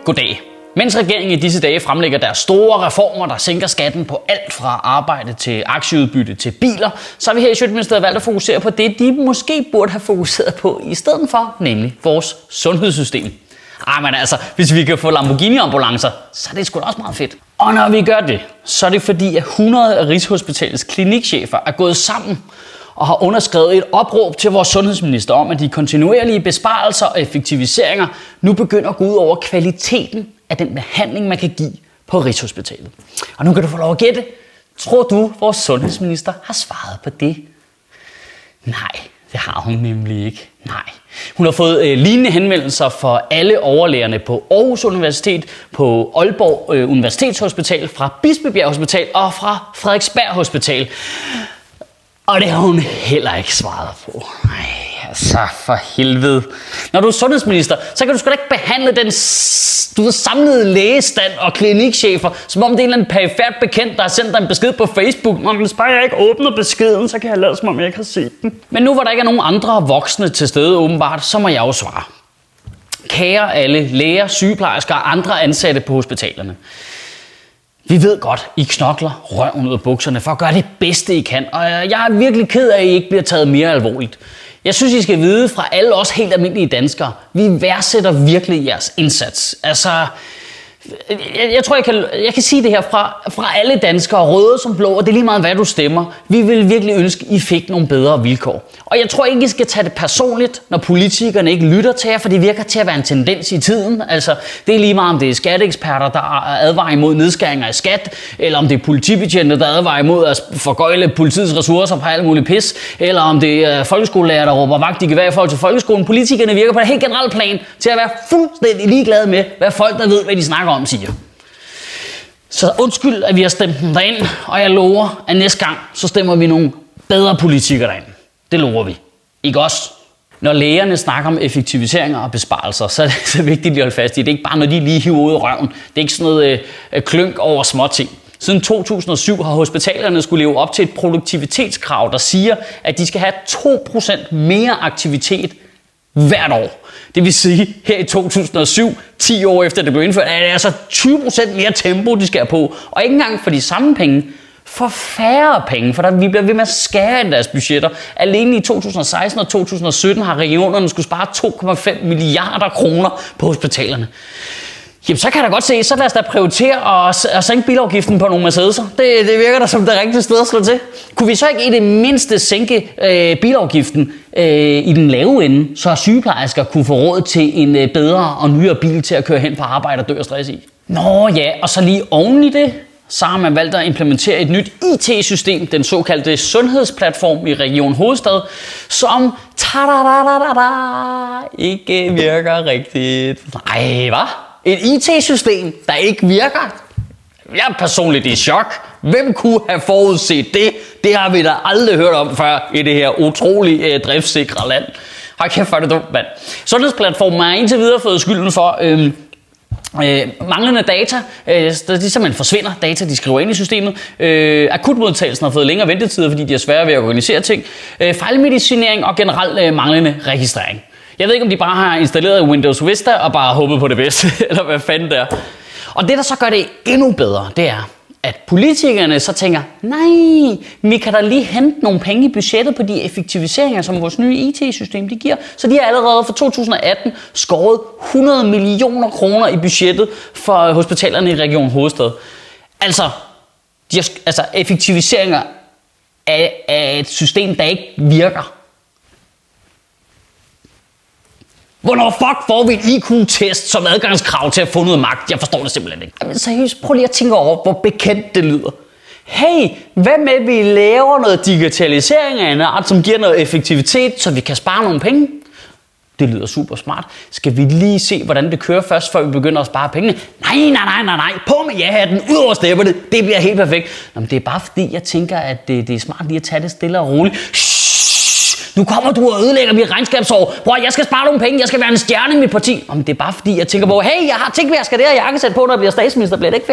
Goddag. Mens regeringen i disse dage fremlægger deres store reformer, der sænker skatten på alt fra arbejde til aktieudbytte til biler, så har vi her i Sjøtministeriet valgt at fokusere på det, de måske burde have fokuseret på i stedet for, nemlig vores sundhedssystem. Men altså, hvis vi kan få Lamborghini-ambulancer, så er det sgu da også meget fedt. Og når vi gør det, så er det fordi, at 100 af Rigshospitalets klinikchefer er gået sammen og har underskrevet et opråb til vores sundhedsminister om, at de kontinuerlige besparelser og effektiviseringer nu begynder at gå ud over kvaliteten af den behandling, man kan give på Rigshospitalet. Og nu kan du få lov at gætte. Tror du, vores sundhedsminister har svaret på det? Nej, det har hun nemlig ikke. Nej. Hun har fået lignende henvendelser fra alle overlægerne på Aarhus Universitet, på Aalborg Universitetshospital, fra Bispebjerg Hospital og fra Frederiksberg Hospital. Og det har hun heller ikke svaret på. Nej, altså for helvede. Når du er sundhedsminister, så kan du sgu da ikke behandle den samlede lægestand og klinikchefer, som om det er en eller anden perifært bekendt, der har sendt dig en besked på Facebook. Nå, hvis bare jeg ikke åbner beskeden, så kan jeg lade som om jeg ikke har set den. Men nu hvor der ikke er nogen andre voksne til stede åbenbart, så må jeg jo svare. Kære alle læger, sygeplejersker og andre ansatte på hospitalerne. Vi ved godt, I knokler røven ud af bukserne for at gøre det bedste, I kan. Og jeg er virkelig ked af, at I ikke bliver taget mere alvorligt. Jeg synes, I skal vide fra alle os helt almindelige danskere, vi værdsætter virkelig jeres indsats. Altså, jeg tror, jeg kan sige det her fra alle danskere, røde som blå, og det er lige meget, hvad du stemmer. Vi vil virkelig ønske, I fik nogle bedre vilkår. Og jeg tror ikke, I skal tage det personligt, når politikerne ikke lytter til jer, for det virker til at være en tendens i tiden. Altså, det er lige meget, om det er skatteeksperter, der advarer imod nedskæringer i skat, eller om det er politibetjente, der advarer imod at forgøjle politiets ressourcer på alt muligt pis, eller om det er folkeskolelærer, der råber vagt i gevær i forhold til folkeskolen. Politikerne virker på et helt generelt plan til at være fuldstændig ligeglade med, hvad folk, der ved, hvad de snakker om, siger. Så undskyld, at vi har stemt dem derind, og jeg lover, at næste gang, så stemmer vi nogle bedre politikere derind. Det lover vi. Ikke også? Når lægerne snakker om effektiviseringer og besparelser, så er det så vigtigt at holde fast i. Det er ikke bare, når de lige hiver ud af røven. Det er ikke sådan noget klønk over småting. Siden 2007 har hospitalerne skulle leve op til et produktivitetskrav, der siger, at de skal have 2% mere aktivitet hvert år. Det vil sige, her i 2007, 10 år efter det blev indført, er det altså 20% mere tempo, de skal have på. Og ikke engang for de samme penge, for færre penge, for vi bliver ved med at skære i deres budgetter. Alene i 2016 og 2017 har regionerne skulle spare 2,5 milliarder kroner på hospitalerne. Jamen, så kan jeg da godt se, så lad os da prioritere at sænke bilafgiften på nogle Mercedes'er. Det virker da som det rigtige sted at slå til. Kunne vi så ikke i det mindste sænke bilafgiften i den lave ende, så sygeplejersker kunne få råd til en bedre og nyere bil til at køre hen på arbejde og dø af stress i? Nå ja, og så lige oven i det, så har man valgt at implementere et nyt IT-system, den såkaldte sundhedsplatform i Region Hovedstad, som ikke virker rigtigt. Nej, hvad? Et IT-system, der ikke virker? Jeg er personligt i chok. Hvem kunne have forudset det? Det har vi da aldrig hørt om før i det her utrolig driftssikre land. Hold kæft, hvor er det dumt, mand. Sundhedsplatformen har indtil videre fået skylden for manglende data. De simpelthen forsvinder. Data, de skriver ind i systemet. Akutmodtagelsen har fået længere ventetider, fordi de er svære ved at organisere ting. Fejlmedicinering og generelt manglende registrering. Jeg ved ikke, om de bare har installeret Windows Vista og bare håbet på det bedste, eller hvad fanden det er. Og det, der så gør det endnu bedre, det er, at politikerne så tænker, nej, vi kan da lige hente nogle penge i budgettet på de effektiviseringer, som vores nye IT-system de giver. Så de har allerede for 2018 skåret 100 millioner kroner i budgettet for hospitalerne i Region Hovedstad. Altså effektiviseringer af et system, der ikke virker. Hvornår fuck får vi en IQ-test som adgangskrav til at få noget magt? Jeg forstår det simpelthen ikke. Men seriøst, prøv lige at tænke over, hvor bekendt det lyder. Hey, hvad med at vi laver noget digitalisering af en art, som giver noget effektivitet, så vi kan spare nogle penge? Det lyder super smart. Skal vi lige se, hvordan det kører først, før vi begynder at spare pengene? Nej. På med ja-hatten, ud over stepperne. Det bliver helt perfekt. Nå, men det er bare fordi, jeg tænker, at det er smart lige at tage det stille og roligt. Nu kommer du og ødelægger mit regnskabsår. Bror, jeg skal spare nogle penge. Jeg skal være en stjerne i mit parti. Men det er bare fordi, jeg tænker på, hey, jeg har tænkt, hvad jeg skal det her jakkesæt på, når jeg bliver statsminister. Bliver det ikke fedt?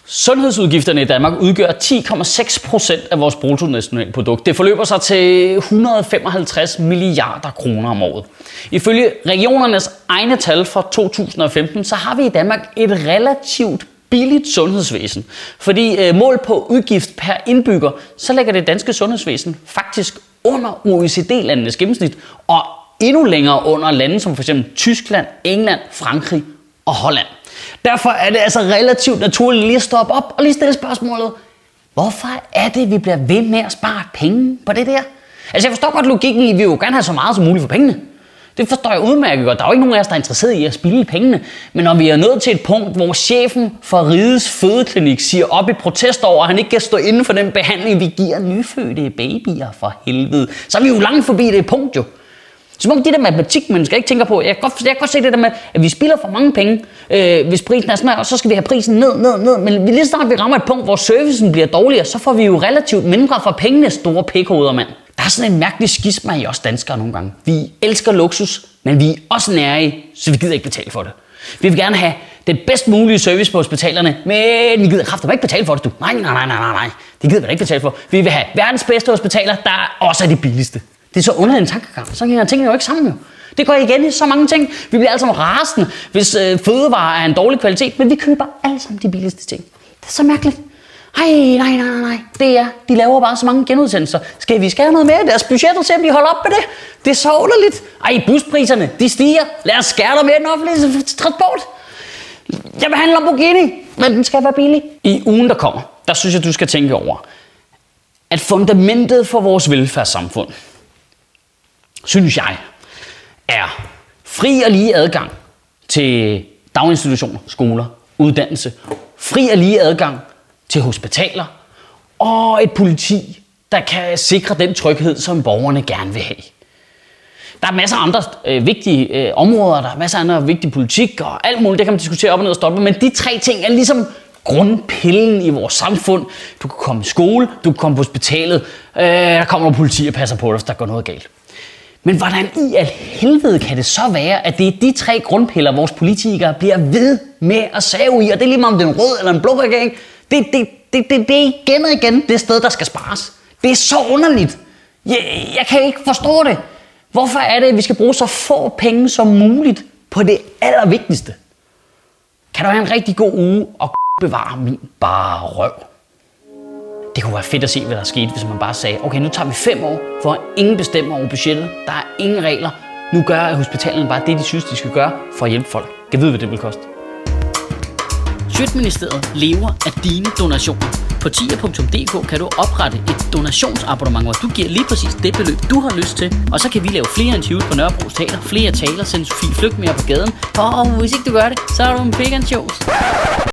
Sundhedsudgifterne i Danmark udgør 10,6% af vores bruttonationalprodukt. Det forløber sig til 155 milliarder kroner om året. Ifølge regionernes egne tal fra 2015, så har vi i Danmark et relativt billigt sundhedsvæsen. Fordi mål på udgift per indbygger, så ligger det danske sundhedsvæsen faktisk under OECD-landenes gennemsnit, og endnu længere under lande som f.eks. Tyskland, England, Frankrig og Holland. Derfor er det altså relativt naturligt lige at stoppe op og lige stille spørgsmålet: hvorfor er det, vi bliver ved med at spare penge på det der? Altså jeg forstår godt logikken i, at vi jo gerne have så meget som muligt for pengene. Det forstår jeg udmærket godt. Der er jo ikke nogen af os, der er interesseret i at spilde pengene. Men når vi er nået til et punkt, hvor chefen for Rigets Fødeklinik siger op i protest over, at han ikke kan stå inden for den behandling, vi giver nyfødte babyer for helvede, så er vi jo langt forbi det punkt jo. Som om de der matematikmennesker ikke tænker på, jeg kan godt se det der med, at vi spilder for mange penge, hvis prisen er sådan her, og så skal vi have prisen ned. Men lige snart vi rammer et punkt, hvor servicen bliver dårligere, så får vi jo relativt mindre for pengene, store pikhoveder, mand. Der er sådan en mærkelig skisma i os danskere nogle gange. Vi elsker luksus, men vi er også nærige, så vi gider ikke betale for det. Vi vil gerne have den bedst mulige service på hospitalerne, men vi gider kraftedeme ikke betale for det, du. Nej. Det gider vi ikke betale for. Vi vil have verdens bedste hospitaler, der også er de billigste. Det er så underlig en tankegang. Så hænger tingene jo ikke sammen jo. Det går igen i så mange ting. Vi bliver alle sammen rasende, hvis fødevarer er en dårlig kvalitet, men vi køber alle sammen de billigste ting. Det er så mærkeligt. Nej. Det er, de laver bare så mange genudsendelser. Skal vi skære noget mere i deres budgetter, så de holder op med det? Det er så underligt. Buspriserne, de stiger. Lad os skære noget mere i den offentlige transport. Jeg behandler Lamborghini, men den skal være billig. I ugen, der kommer, der synes jeg, du skal tænke over, at fundamentet for vores velfærdssamfund, synes jeg, er fri og lige adgang til daginstitutioner, skoler, uddannelse, fri og lige adgang til hospitaler og et politi, der kan sikre den tryghed, som borgerne gerne vil have. Der er masser af andre vigtige områder, der er masser af andre vigtige politik og alt muligt, det kan man diskutere op og ned og stoppe, men de tre ting er ligesom grundpillen i vores samfund. Du kan komme i skole, du kan komme på hospitalet, der kommer nogle politi og passer på dig, hvis der går noget galt. Men hvordan i al helvede kan det så være, at det er de tre grundpiller, vores politikere bliver ved med at save i, og det er lige meget om det er en rød eller en blå regering, det er igen og igen det sted, der skal spares. Det er så underligt. Jeg kan ikke forstå det. Hvorfor er det, at vi skal bruge så få penge som muligt på det allervigtigste? Kan du have en rigtig god uge og bevare min bare røv? Det kunne være fedt at se, hvad der skete, hvis man bare sagde, okay, nu tager vi 5 år, for ingen bestemmer over budgettet, der er ingen regler. Nu gør hospitalerne bare det, de synes, de skal gøre for at hjælpe folk. Kan vide, hvad det vil koste. Sjøtministeriet lever af dine donationer. På tier.dk kan du oprette et donationsabonnement, hvor du giver lige præcis det beløb, du har lyst til. Og så kan vi lave flere interviews på Nørrebro Teater, flere taler, sende Sofie Flygt mere på gaden. Og hvis ikke du gør det, så er du en pig and shows.